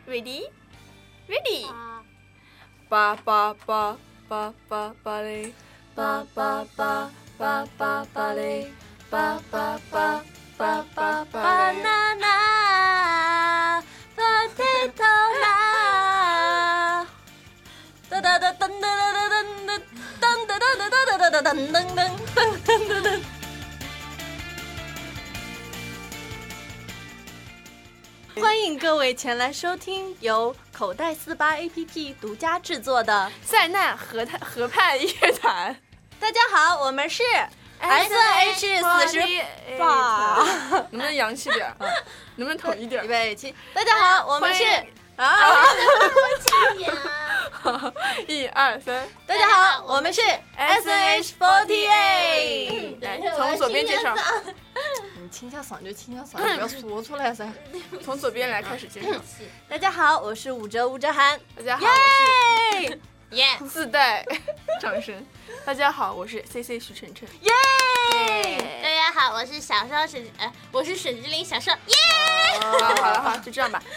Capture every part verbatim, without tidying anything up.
Ready? Ready? 巴巴巴巴巴巴嘞，巴巴巴巴巴巴嘞，巴巴巴巴巴巴嘞。 Banana, potato na. 哒哒哒噔噔噔噔噔噔噔噔噔噔噔噔噔噔。欢迎各位前来收听由口袋四八 A P P 独家制作的塞纳河畔河畔乐团。 大家好，我们是 S H 四十八， 能不能洋气点？能不能统一点？ 预备起，大家好，我们是啊， 一二三， 大家好，我们是 S H 四十八。 来，从左边介绍。 你清下嗓就清下嗓，不要说出来噻。 从左边来开始介绍。 大家好，我是武哲吴哲涵。 大家好，我是耶自带掌声。大家好，我是 C C 徐晨晨。 耶！ 大家好，我是小少沈，呃，我是沈志玲小少。耶！ 好了好了好了，就这样吧。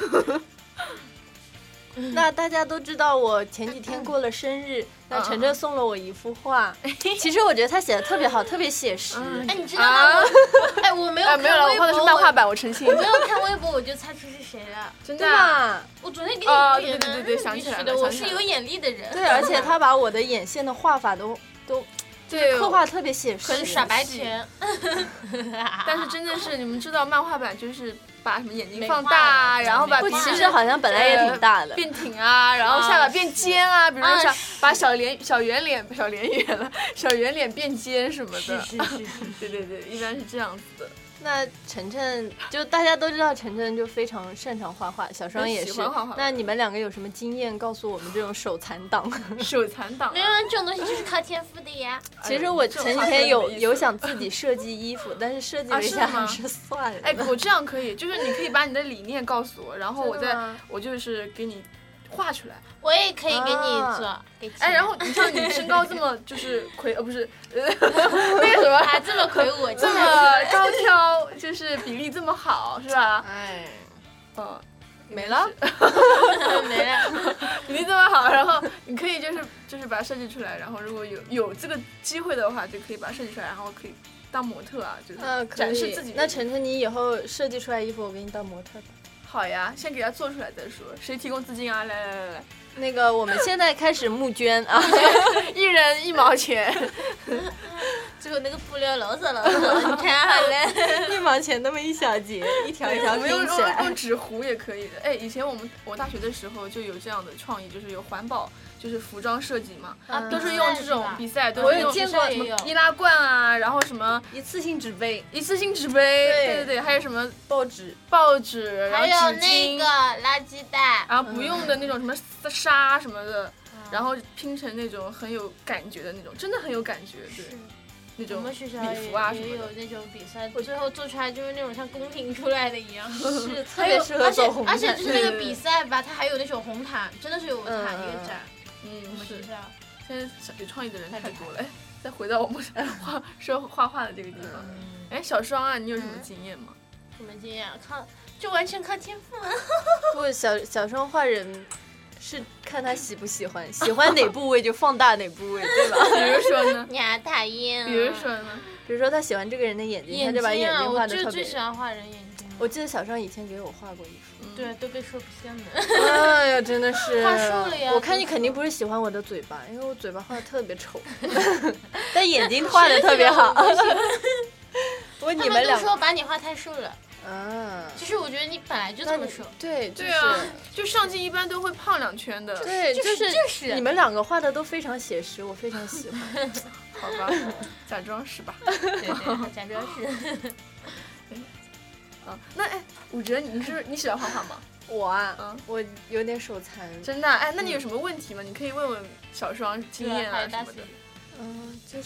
那大家都知道我前几天过了生日，那晨晨送了我一幅画，其实我觉得他写的特别好，特别写实。 哎，你知道吗？我哎，我没有看微博， 没有了，我画的是漫画版，我澄清。 我没有看微博，我就猜出是谁了。 真的啊？ 我昨天给你哦，对对对对，想起来了， 我是有眼力的人。 对，而且他把我的眼线的画法都都对刻画特别写实， 很傻白甜。 但是真的是，你们知道漫画版就是把什么眼睛放大，然后把不，其实好像本来也挺大的， 变挺啊，然后下巴变尖啊，比如说小把小脸小圆脸小脸圆了，小圆脸变尖什么的。 是是是， 对对对，一般是这样子的。 那晨晨就大家都知道，晨晨就非常擅长画画，小双也是。那你们两个有什么经验告诉我们这种手残党？ 手残党， 没有，这种东西就是靠天赋的呀。 其实我前几天有有想自己设计衣服，但是设计了一下还是算了。 哎，我这样可以，就是你可以把你的理念告诉我，然后我再我就是给你画出来。 我也可以给你做，给哎，然后你像你身高这么就是魁呃不是呃那个什么， 还这么魁梧， 这么高挑，就是比例这么好，是吧？ 哎， 嗯， 没了， 没了， 比例这么好，然后你可以就是就是把它设计出来，然后如果有有这个机会的话，就可以把它设计出来，然后可以当模特啊，就是展示自己。 那晨晨，你以后设计出来衣服，我给你当模特吧。 好呀，先给他做出来再说。谁提供资金啊？来来来来， 那个我们现在开始募捐啊， 一人一毛钱。 最后那个布料老少老少，你看好了， 一毛钱那么一小节，一条一条拼起来。 用用纸糊也可以的。哎，以前我们我大学的时候就有这样的创意，就是有环保，就是服装设计嘛， 啊、 都是用这种比赛，都我是用见过什么易拉罐啊，然后什么一次性纸杯， 一次性纸杯，对对对，还有什么报纸、 报纸，然后还有那个垃圾袋， 然后不用的那种什么纱什么的，然后拼成那种很有感觉的那种，真的很有感觉，对。那种我们学校礼服啊什么的也有那种比赛，我最后做出来就是那种像宫廷出来的一样， 是特别适合走红毯。 而且就是那个比赛吧，它还有那种红毯，真的是有毯一个展。 嗯， 我们学校现在有创意的人太多了。再回到我们画说画画的这个地方，哎，小双啊，你有什么经验吗？ 什么经验？靠，就完全靠天赋。 不，小小双画人。是看他喜不喜欢，喜欢哪部位就放大哪部位，对吧？ 比如说呢？ 你还讨厌？ 比如说呢？ 比如说他喜欢这个人的眼睛，他就把眼睛画的特别。 我就最喜欢画人眼睛。 我记得小双以前给我画过一幅， 对，都被说不像的。 哎呀，真的是画瘦了呀！ 我看你肯定不是喜欢我的嘴巴，因为我嘴巴画的特别丑，但眼睛画的特别好。我你们俩都说把你画太瘦了。 啊， 其实我觉得你本来就这么瘦， 对， 对啊，就上镜一般都会胖两圈的， 对， 就是就是你们两个画的都非常写实，我非常喜欢。 好吧，假装是吧？ 对对，假装是。 啊，那哎，武哲，你是你喜欢画画吗？ 我啊，嗯，我有点手残。 真的？哎，那你有什么问题吗？你可以问问小双经验啊什么的。 嗯，就是，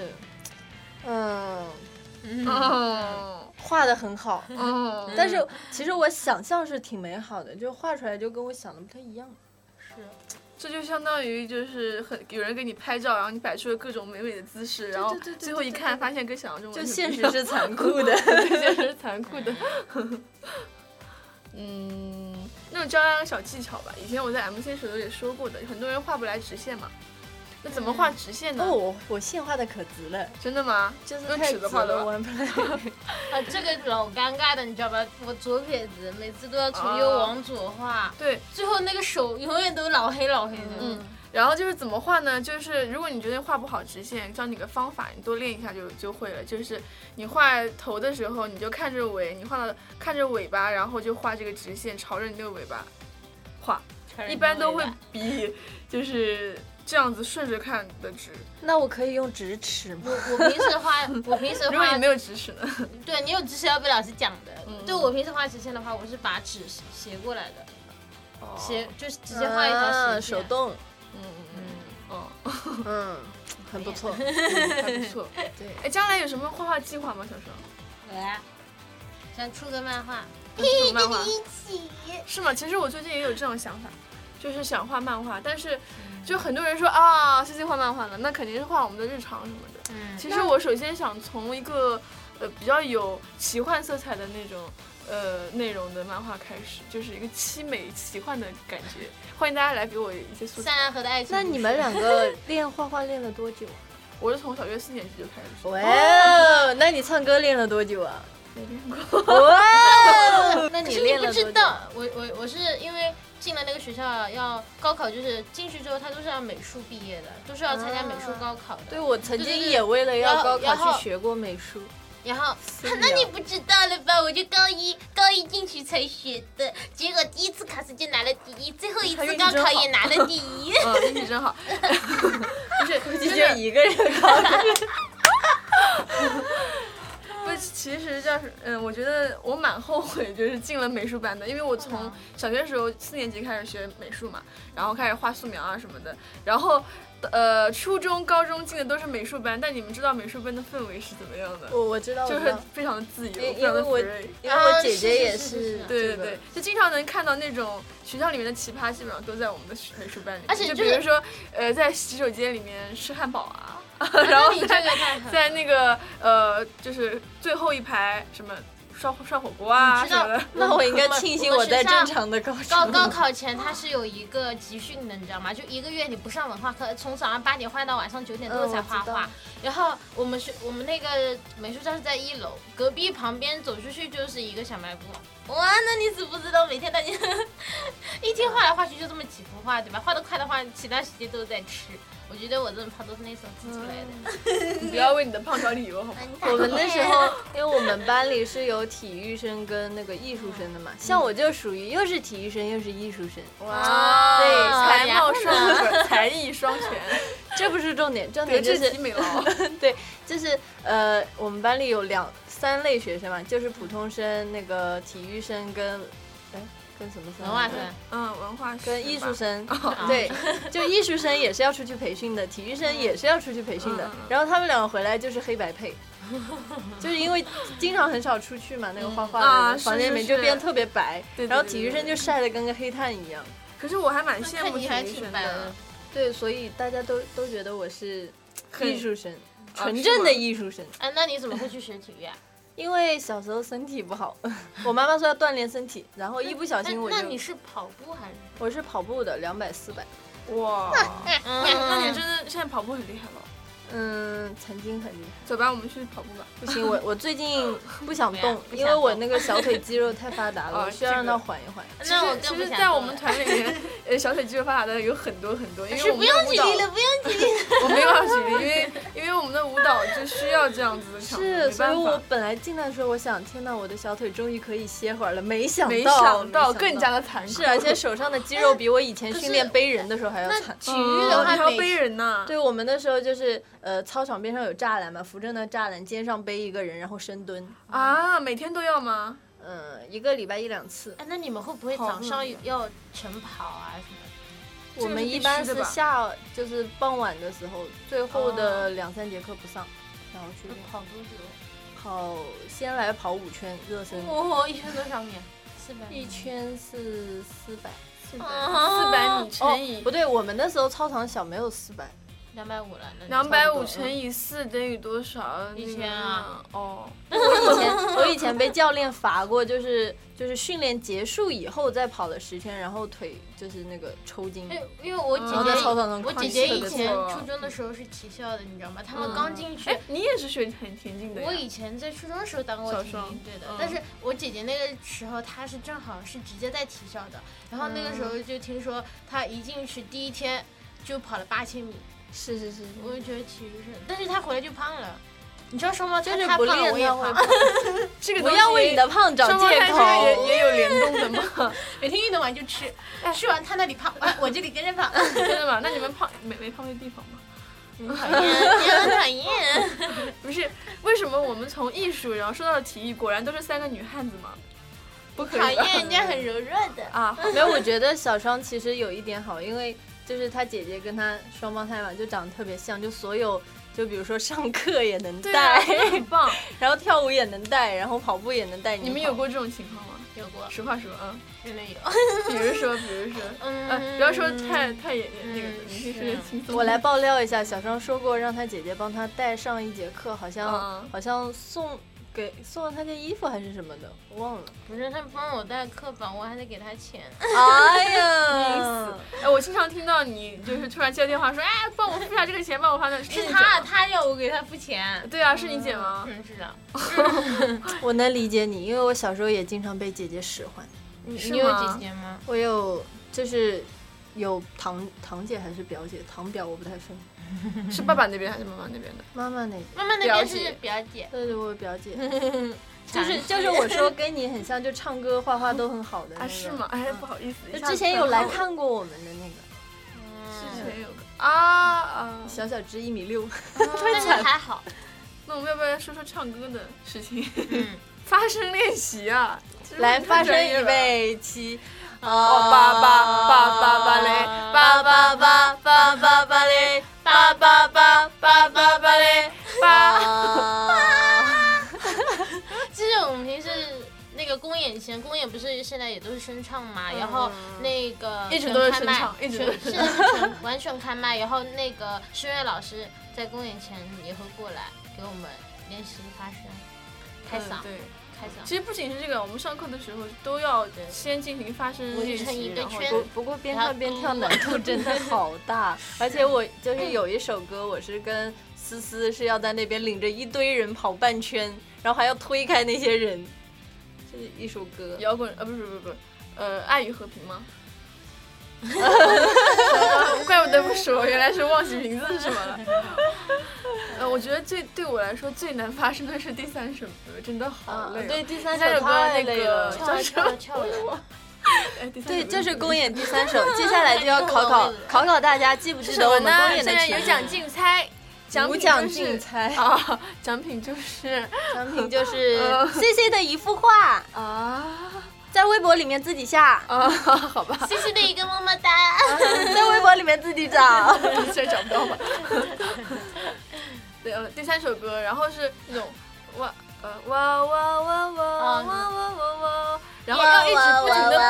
嗯。 嗯， 画的很好， 嗯， 但是其实我想象是挺美好的，就画出来就跟我想的不太一样。 是，这就相当于就是很有人给你拍照，然后你摆出了各种美美的姿势，然后最后一看发现跟想象中就现实是残酷的， 现实是残酷的。嗯， 那种教两个小技巧吧。以前我在 M C 时候也说过的，很多人画不来直线嘛。那怎么画直线呢？ 哦，我我线画的可直了。 真的吗？ 就是用太直了， 尺子画的。 玩不来。 啊，这个老尴尬的，你知道吧？我左撇子，每次都要从右往左画， 对， 最后那个手永远都老黑老黑的。 嗯。然后就是怎么画呢？就是如果你觉得画不好直线，教你个方法，你多练一下就就会了。就是你画头的时候，你就看着尾，你画到看着尾巴，然后就画这个直线，朝着你那个尾巴画，一般都会比就是这样子顺着看的直。 那我可以用直尺吗？ 我我平时画，我平时画， 如果你没有直尺呢？ 对你有直尺要被老师讲的。 嗯、 对我平时画直线的话，我是把纸斜过来的，哦、斜就是直接画一条斜线、啊、 手动。 嗯嗯哦嗯，很不错， 嗯、还不错。 对， 哎，将来有什么画画计划吗？小时候？有呀，想出个漫画。 出漫画？是吗？其实我最近也有这种想法，就是想画漫画，但是就很多人说啊，最近画漫画了，那肯定是画我们的日常什么的。嗯，其实我首先想从一个呃比较有奇幻色彩的那种。呃，内容的漫画开始，就是一个凄美奇幻的感觉。欢迎大家来给我一些素材。 善良和的爱情。 那你们两个练画画练了多久啊？ 我是从小学四年级就开始。 哇、哦，那你唱歌练了多久啊？ 没练过。 哇、哦，那你练了多久？ 可是你不知道，我我我是因为进了那个学校，要高考，就是进去之后他都是要美术毕业的，都是要参加美术高考的。啊、 对，我曾经也为了要高考去学过美术。 然后，那你不知道了吧？我就高一高一进去才学的，结果第一次考试就拿了第一，最后一次高考也拿了第一。 嗯，运气真好。不是， 估计就一个人考的。 不，其实就是，嗯，我觉得我蛮后悔，就是进了美术班的，因为我从小学时候四年级开始学美术嘛，然后开始画素描啊什么的，然后。呃，初中、高中进的都是美术班，但你们知道美术班的氛围是怎么样的？ 我我知道， 就是非常的自由，非常的 free。 因为我姐姐也是， 对对对，就经常能看到那种学校里面的奇葩，基本上都在我们的美术班里面。 而且就比如说，呃，在洗手间里面吃汉堡啊，然后在在那个呃，就是最后一排什么。烧烧火锅啊什么的， 那我应该庆幸我在正常的高高高考前，它是有一个集训的，你知道吗？就一个月你不上文化课，从早上八点画到晚上九点多才画画。然后我们是我们那个美术教室在一楼，隔壁旁边走出去就是一个小卖部。哇，那你知不知道每天大家一天画来画去就这么几幅画，对吧？画得快的话，其他时间都在吃。我觉得我这种胖都是那时候吃出来的。 你不要为你的胖找理由好吗？ 我们那时候，因为我们班里是有体育生跟那个艺术生的嘛，像我就属于又是体育生又是艺术生。 哇，对，才貌双全，才艺双全。 这不是重点，重点就是美劳。 对，就是呃，我们班里有两三类学生嘛，就是普通生、那个体育生跟，哎。跟什么生？ 文化生， 嗯，文化生跟艺术生，对，就艺术生也是要出去培训的，体育生也是要出去培训的。然后他们两个回来就是黑白配，就是因为经常很少出去嘛，那个画画的房间里面就变特别白，然后体育生就晒得跟个黑炭一样。 可是我还蛮羡慕体育生的， 对，所以大家都都觉得我是艺术生，纯正的艺术生。 哎，那你怎么会去学体育啊？ 因为小时候身体不好，我妈妈说要锻炼身体，然后一不小心我就…… 那你是跑步还是？ 我是跑步的，两百、四百。 哇，那你真的现在跑步很厉害了。 嗯，曾经很厉害。 走吧，我们去跑步吧。 不行，我我最近不想动，因为我那个小腿肌肉太发达了，我需要让它缓一缓。 那我其实，在我们团里面，呃，小腿肌肉发达的有很多很多，因为我们不用举例了，不用举例了。 我没有要举例，因为因为我们的舞蹈就需要这样子的强度。 是，所以我本来进来的时候，我想，天哪，我的小腿终于可以歇会儿了，没想到， 没想到更加的残酷。 是，而且手上的肌肉比我以前训练背人的时候还要惨。 体育的话还要背人呢。 对，我们那时候就是呃，操场边上有栅栏嘛，扶着那栅栏，肩上背一个人，然后深蹲。 啊，每天都要吗？ 嗯，一个礼拜一两次。 哎，那你们会不会早上要晨跑啊什么的？ 我们一般是下就是傍晚的时候，最后的两三节课不上，然后去跑多久？ 跑先来跑五圈热身。 哦，一圈多少米？四百。 一圈是四百。 四百米乘以、 哦、不对，我们那时候操场小，没有四百。 两百五了。 两百五乘以四等于多少？ 一千啊！ 哦， 我以前我以前被教练罚过，就是就是训练结束以后再跑了十圈，然后腿就是那个抽筋。 因为因为我姐姐、 嗯、 我姐姐以前初中的时候是体校的，你知道吗？他们刚进去。 哎、嗯，你也是学田田径的呀？ 我以前在初中的时候当过田径，对的、嗯。但是我姐姐那个时候她是正好是直接在体校的，然后那个时候就听说她一进去第一天就跑了八千米。 是是是， 我就觉得体育是，但是他回来就胖了。你知道双胞胎就是他胖了我也胖， 这个不要为你的胖找借口。 也也有联动的嘛， 每天运动完就吃，吃完他那里胖，我这里跟着胖， 真的吗？那你们胖没没胖对地方吗？ 讨厌，也很讨厌。 不是，为什么我们从艺术然后说到了体育，果然都是三个女汉子嘛？不可以。 讨厌，人家很柔弱的啊。 没有，我觉得小双其实有一点好，因为。就是他姐姐跟他双胞胎嘛，就长得特别像，就所有就比如说上课也能带， 很棒， 然后跳舞也能带，然后跑步也能带。 你们有过这种情况吗？ 有过， 实话说啊， 真的有。 比如说，比如说，嗯，呃、不要说太太也那个，你可以说点轻松。 我来爆料一下，小双说过让他姐姐帮他带上一节课，好像、嗯、好像送。给送了他件衣服还是什么的，我忘了。 不是他帮我带课本，我还得给他钱。 哎呀， 哎，我经常听到你就是突然接电话说，哎，帮我付下这个钱，帮我发那。 是他，他要我给他付钱。 对啊，是你姐吗？ 嗯，是的。 我能理解你，因为我小时候也经常被姐姐使唤。 你你有姐姐吗？ 我有，就是有堂堂姐还是表姐，堂表我不太分。 是爸爸那边还是妈妈那边的？ 妈妈那边。 妈妈那边是表姐。 对对，我有表姐。就是就是我说跟你很像，就唱歌画画都很好的那个。 啊，是吗？哎，不好意思。 就之前有来看过我们的那个。之前有个啊啊， 小小只一米六。 但是还好。 那我们要不要说说唱歌的事情？嗯。发声练习啊！ 来，发声预备起。 哦，叭叭叭叭叭嘞，叭叭叭叭叭叭嘞，叭叭叭叭叭叭嘞，叭。 其实我们平时那个公演前，公演不是现在也都是声唱嘛，然后那个一直都是声唱，一直都是全完全开麦，然后那个声乐老师在公演前也会过来给我们练习发声、开嗓。 对。其实不仅是这个，我们上课的时候都要先进行发声练习，然后不不过边唱边跳难度真的好大，而且我就是有一首歌，我是跟思思是要在那边领着一堆人跑半圈，然后还要推开那些人，这是一首歌， 摇滚呃不是不是不是呃爱与和平吗？怪不得不说，原来是忘记名字是什么了。呃，我觉得最对我来说最难发声的是第三首歌，真的好累、哦啊。 对，第三首歌那个叫什么？跳了。 对，这是公演第三首，接下来就要考考考考大家，记不记得我们公演的曲目？ 有奖竞猜， 无奖竞猜啊，奖品就是奖品就是 C C 的一幅画啊。在微博里面自己下啊，好吧。 C C 的一个么么哒， 在微博里面自己找， 现在找不到吧？对，呃，第三首歌，然后是那种哇呃哇哇哇哇哇哇哇哇，然后要一直不停的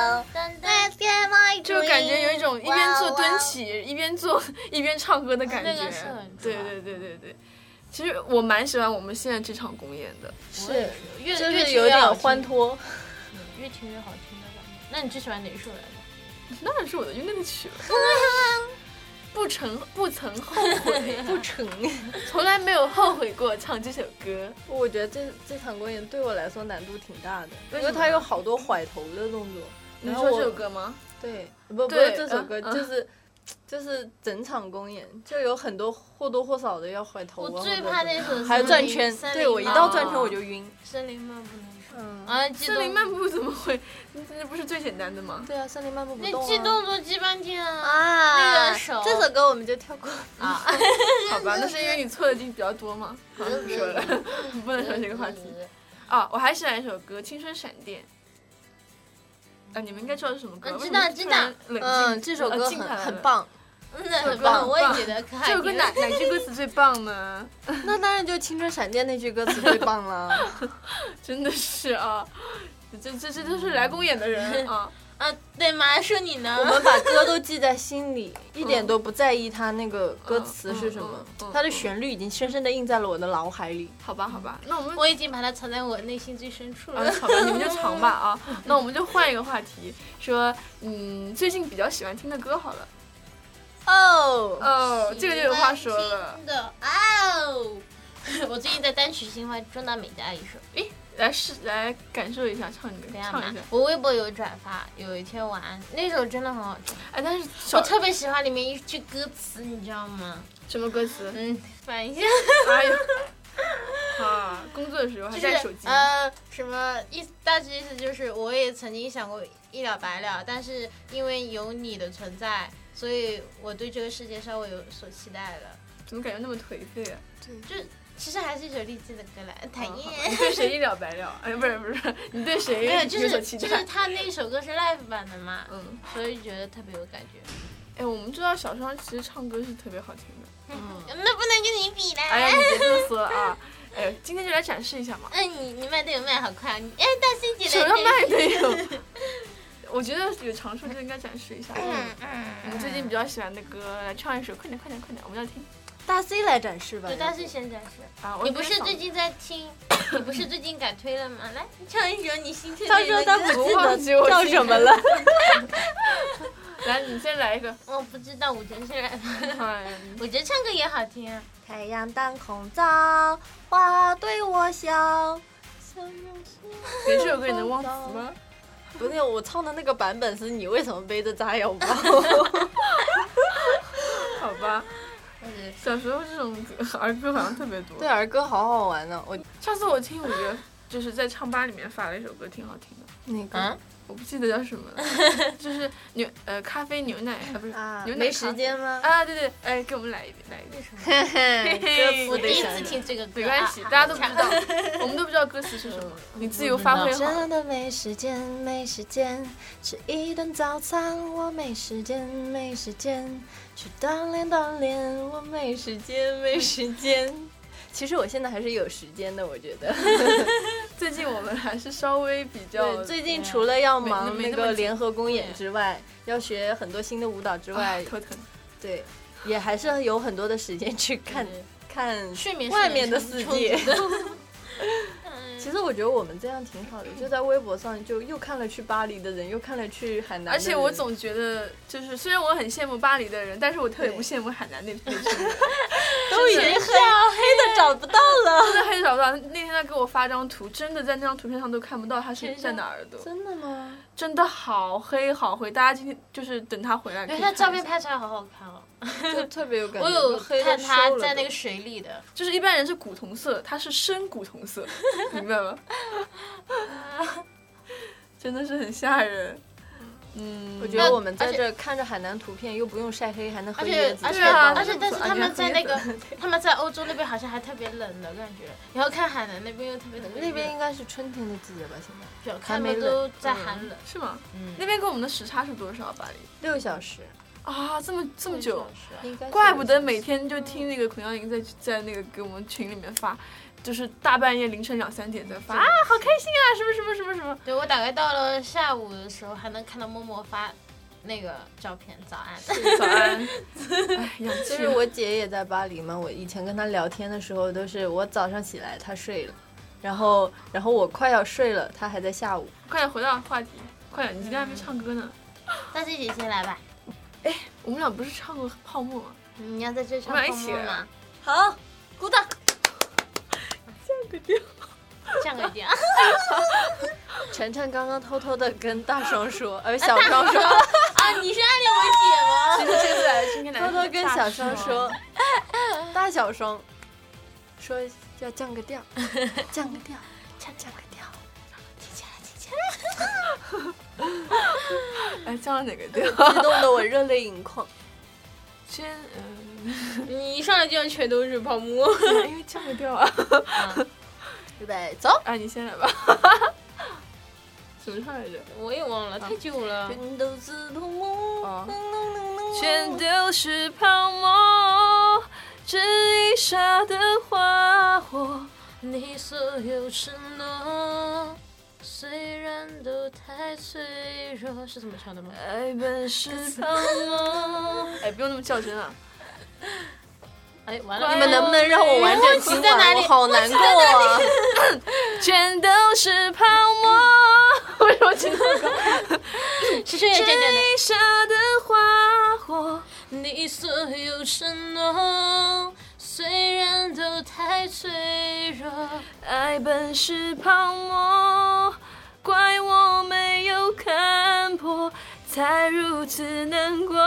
蹦，就感觉有一种一边做蹲起一边做一边唱歌的感觉。对对对对对。其实我蛮喜欢我们现在这场公演的， 是就是有点欢脱。 越听越好听的感觉。那你最喜欢哪一首来着？ 当然是我的《晕泪的曲》了。不曾不曾后悔， 不曾， 从来没有后悔过唱这首歌。 我觉得这这场公演对我来说难度挺大的，因为它有好多甩头的动作。 你说这首歌吗？ 对，不不是这首歌，就是。就是整场公演就有很多或多或少的要甩头啊， 我最怕那首还有转圈，对我一到转圈我就晕。 森林漫步那首， 嗯啊， 森林漫步怎么会？那不是最简单的吗？ 对啊，森林漫步不动啊。 那记动作记半天啊！ 啊， 那个手， 这首歌我们就跳过啊。好吧，那是因为你错的经比较多嘛。好，不说了，不能说这个话题。啊，我还喜欢一首歌《青春闪电》。啊，你们应该知道是什么歌？ 知道知道。 嗯，这首歌很很棒， 嗯，很棒，我也觉得可爱。 这首歌哪哪句歌词最棒呢？ 那当然就《青春闪电》那句歌词最棒了。 真的是啊，这这这都是来公演的人啊。 啊，对吗？说你呢？ 我们把歌都记在心里，一点都不在意它那个歌词是什么， 嗯嗯嗯嗯它的旋律已经深深的印在了我的脑海里。 好吧，好吧，那我们我已经把它藏在我内心最深处了。 啊，好吧，你们就藏吧啊。那我们就换一个话题，说嗯，最近比较喜欢听的歌好了。 哦哦，这个就有话说了。 听的哦，我最近在单曲循环中的每加一首。 诶，来试来感受一下，唱一个， 这样吧唱一下。， 我微博有转发，有一天晚安那首真的很好听。 哎，但是我小特别喜欢里面一句歌词，你知道吗？ 什么歌词？ 嗯，翻一下。 哎呦，啊，工作的时候还就是带手机。 呃，什么意思？大致意思就是，我也曾经想过一了百了，但是因为有你的存在，所以我对这个世界稍微有所期待了。 怎么感觉那么颓废啊？ 就其实还是一首励志的歌来，讨哦好厌。 你对谁一了百了？哎，不是不是，你对谁没有，就是有所期待？ 就是他那首歌是 live 版的嘛， 嗯， 所以觉得特别有感觉。 哎，我们知道小双其实唱歌是特别好听的。 嗯，那不能跟你比啦。 哎呀，你别这么说啊！哎，今天就来展示一下嘛。 嗯，你你卖队友卖好快啊！你哎，大心姐什来么卖队友？我觉得有长处就应该展示一下。 嗯嗯我们最近比较喜欢的歌，来唱一首，快点快点快点，我们要听大 C 来展示吧。 对，大 C 先展示。 啊！我你不是这边最近在听？你不是最近改推了吗？来，唱一首你新推他荐的歌。 说他不我忘记记我新得叫什么了。 来，你先来一个。 我不知道，我真是来。 哎， 我觉得唱歌也好听啊。 太阳当空照，花对我笑。 别这首歌你能忘词吗？ 不是，我唱的那个版本是你为什么背着炸药包？ 好吧。小时候这种歌儿歌好像特别多。 对，儿歌好好玩呢。我上次我听，我觉得就是在唱吧里面发了一首歌，挺好听的。 那个嗯， 我不记得叫什么了，就是牛呃咖啡牛奶啊不是啊， 牛奶没时间吗？ 啊对对，哎给我们来一遍来一遍。 歌我第一词得想想。 次听这个歌， 没关系， 啊大家都不知道，我们都不知道歌词是什么，你自由发挥好。 真的没时间，没时间吃一顿早餐，我没时间，没时间去锻炼锻炼，我没时间，没时间。其实我现在还是有时间的，我觉得。 最近我们还是稍微比较对，最近除了要没忙那没那么紧个联合公演之外，要学很多新的舞蹈之外啊，头疼。 对，也还是有很多的时间去看对看睡眠外面的世界。 嗯其实我觉得我们这样挺好的，就在微博上就又看了去巴黎的人，又看了去海南的人， 而且我总觉得，就是虽然我很羡慕巴黎的人，但是我特别不羡慕海南那那群人， 都已经黑黑的找不到了。 真的黑找不到。那天他给我发张图，真的在那张图片上都看不到他是在哪儿的， 真的吗？ 真的好黑好灰。大家今天就是等他回来可以对，他看一下， 照片拍出来好好看哦。 就特别有感觉。 我有黑看的收了都他在那个水里的， 就是一般人是古铜色，他是深古铜色，明白吗？真的是很吓人。嗯， 我觉得我们在这看着海南图片，又不用晒黑，还能喝而且椰子而且对啊而且但是他们在那个啊你他们在欧洲那边好像还特别冷的感觉，然后看海南那边又特别特别热那边应该是春天的季节吧？现在对，他们都在寒冷。 是吗？ 嗯， 那边跟我们的时差是多少？巴黎六小时， 啊，这么这么久， 应该是怪不得每天就听那个孔耀莹在在那个给我们群里面发，就是大半夜凌晨两三点在发啊，好开心啊，什么什么什么什么。 对我大概到了下午的时候，还能看到默默发那个照片，早安。 早安，哎，氧气。 就是我姐也在巴黎嘛，我以前跟她聊天的时候，都是我早上起来她睡了，然后然后我快要睡了，她还在下午。 快点回到话题，快点，你今天还没唱歌呢。 大姐姐先来吧， 我们俩不是唱过泡沫吗？ 你要在这唱我们俩泡一起来沫吗？ 好，鼓掌。 这个调。 降个调。 晨晨刚刚偷偷的跟大双说，呃，小双说， 啊，你是暗恋我姐吗？ 其实这次来今天来偷偷跟小双说，大小双说要降个调，降个调，降降个调， 提起来，提起来。 哎，降了哪个调？ 激动的我热泪盈眶。 先嗯， 你一上来就全都是泡沫。 因为降个调啊。 预备走。 哎，你先来吧。怎么唱来着？ 我也忘了，太久了。 全都是泡沫， 哦全全都是泡沫，这一刹的花火。 你所有承诺。 虽然都太脆弱，是这么唱的吗？ 爱本是泡沫。哎，不用那么较真啊。 哎，完了！ 你们能不能让我完整听完？我好难过啊！ 全都是泡沫。为什么听这个歌？ 是这样， 追杀的花火， 你所有承诺，虽然都太脆弱。 爱本是泡沫，怪我没有看破，才如此难过。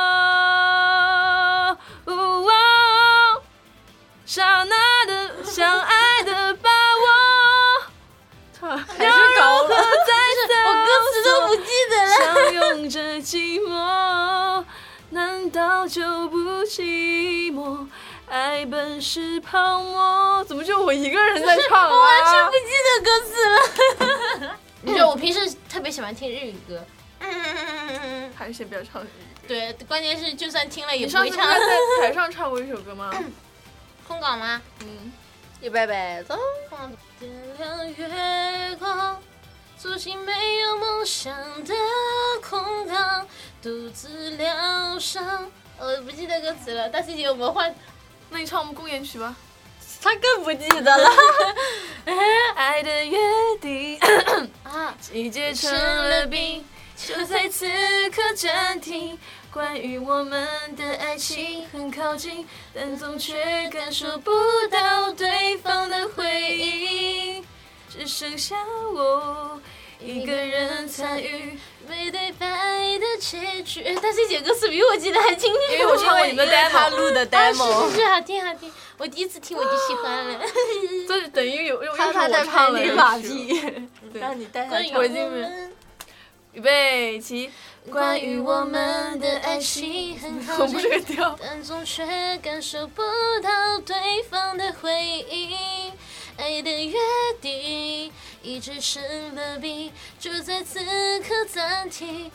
哦哦，刹那的相爱的把握， 还是搞了， 我歌词都不记得了。 相拥着寂寞，难道就不寂寞？爱本是泡沫，怎么就我一个人在唱啊？ 我完全不记得歌词了。你知道我平时特别喜欢听日语歌，嗯， 还是先不要唱日语。 对，关键是就算听了也你不会唱。 上次不是在台上唱过一首歌吗？ 空港吗？ 嗯， 预备备，走。 点亮月光，走进没有梦想的空港，独自疗伤。我不记得歌词了，大 C 姐，我们换。 那你唱我们公演曲吧。 他更不记得了。 爱的约定啊， 季节成了冰，就在此刻暂停。关于我们的爱情很靠近，但总却感受不到对方的回应，只剩下我一个人参与没对白的结局。大 C 姐歌词比我记得还清楚， 因为我唱过你们的 demo， 他录的 demo，、 啊、是是是，好听好听。我第一次听我就喜欢了。 这等于有又他他在拍你马屁， 屁，让你带他唱。 我已经是预备起。 关于我们的爱情很靠近，但总却感受不到对方的回应。爱的约定一直成了冰，就在此刻暂停。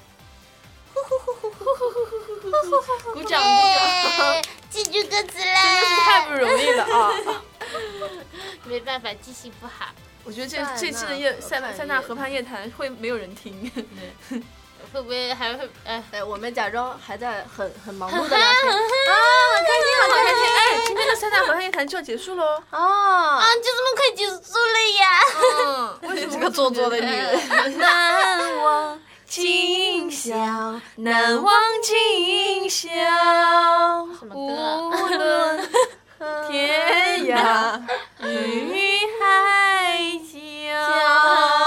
鼓掌鼓掌！ 记住歌词了， 真的是太不容易了啊！ 没办法，记性不好。 我觉得这这次的夜塞塞纳河畔夜谈会没有人听。 会不会还会哎哎，我们假装还在很很忙碌的聊天啊，很开心，好开心！哎，今天的塞纳河畔夜谈就要结束喽。 哦啊，就这么快结束了呀？ 嗯，为什么这个做作的女人？ 难忘今宵，难忘今宵。 什么歌？ 无论天涯与海角。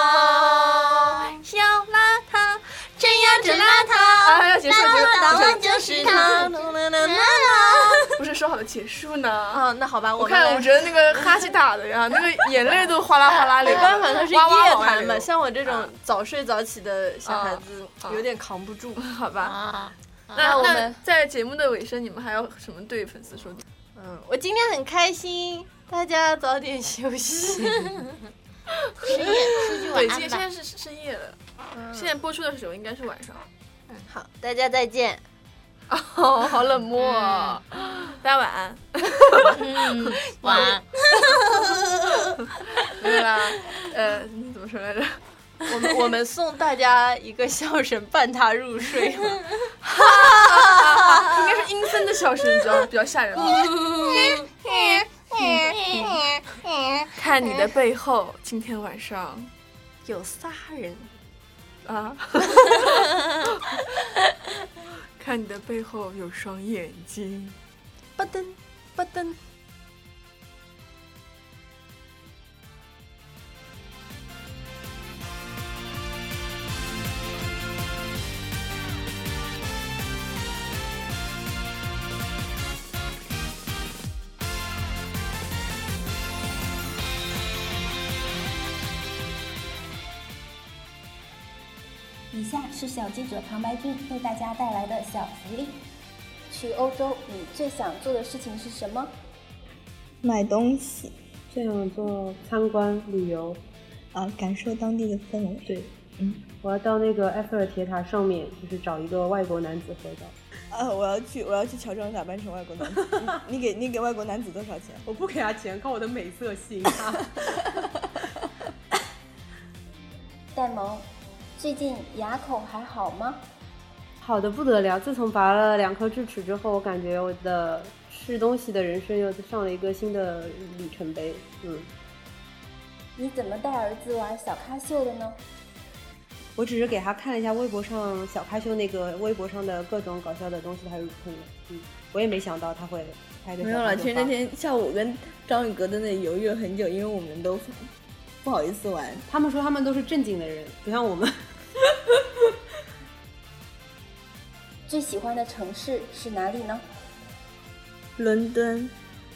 真邋遢啊！要结束，结束， 当然就是他。 不是说好的结束呢？ 啊，那好吧， 我看，我觉得那个哈气打的呀，那个眼泪都哗啦哗啦流。 没办法，它是夜谈嘛，像我这种早睡早起的小孩子，有点扛不住， 好吧？那我们在节目的尾声，你们还有什么对粉丝说的？ 嗯，我今天很开心，大家早点休息。 深夜出去晚安吧。 对，今天现在是深夜了。嗯、现在播出的时候应该是晚上。 嗯，好，大家再见。 哦，好冷漠、哦嗯，大家晚安。 嗯，晚安。 没有啦，呃，怎么说来着？ 我们我们送大家一个笑声伴他入睡。 应该是阴森的笑声，比较比较吓人。看你的背后，今天晚上有仨人啊！看你的背后有双眼睛， 吧噔吧噔。 以下是小记者庞白俊为大家带来的小福利。去欧洲，你最想做的事情是什么？ 买东西。 最想做参观旅游， 啊，感受当地的氛围。 对， 嗯， 我要到那个埃菲尔铁塔上面，就是找一个外国男子合照。 啊，我要去，我要去乔装打扮成外国男子。你, 你给你给外国男子多少钱？ 我不给他钱，靠我的美色吸引他。 戴萌，最近牙口还好吗？ 好的不得了，自从拔了两颗智齿之后，我感觉我的吃东西的人生又上了一个新的里程碑。嗯， 你怎么带儿子玩小咖秀的呢？ 我只是给他看了一下微博上小咖秀那个微博上的各种搞笑的东西，他入坑了。嗯，我也没想到他会拍个小咖秀。 没有了，其实那天下午跟张宇哥在那里犹豫了很久，因为我们都不好意思玩。 他们说他们都是正经的人，不像我们。 最喜欢的城市是哪里呢？ 伦敦。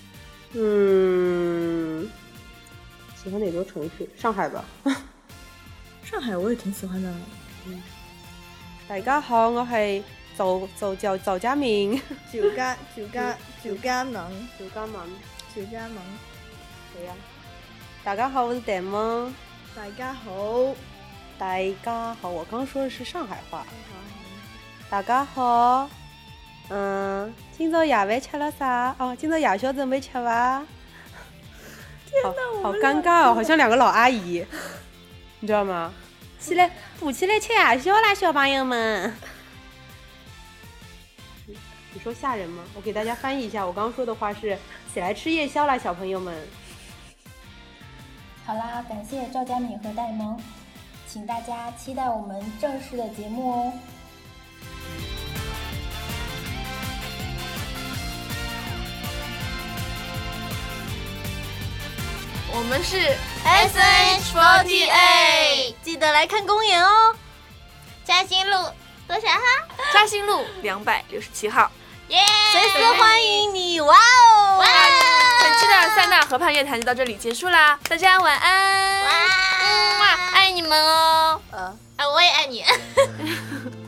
嗯，喜欢哪座城市？上海吧。 上海我也挺喜欢的。 嗯，大家好，我係周周周周家明。 趙家趙家趙家萌趙家萌趙家萌， 對呀。大家好，我是戴萌。 大家好， 大家好，我剛說的是上海話。大家好，嗯，今朝夜飯吃了啥？哦，今朝夜宵準備吃吧。 天哪， 好好尷尬哦，好像兩個老阿姨，你知道嗎？起來，不起來吃夜宵啦，小朋友們。你說嚇人嗎？我給大家翻譯一下，我剛剛說的話是起來吃夜宵啦，小朋友們。 好啦，感謝趙佳敏和戴萌，請大家期待我們正式的節目哦。 我们是 S H 四十八， 记得来看公演哦。嘉兴路多少号？ 嘉兴路两百六十七号。 耶！随时欢迎你！哇哦！哇！ 本期的塞纳河畔夜谈就到这里结束啦，大家晚安！ 哇！ 嗯，爱你们哦。 呃，啊，我也爱你。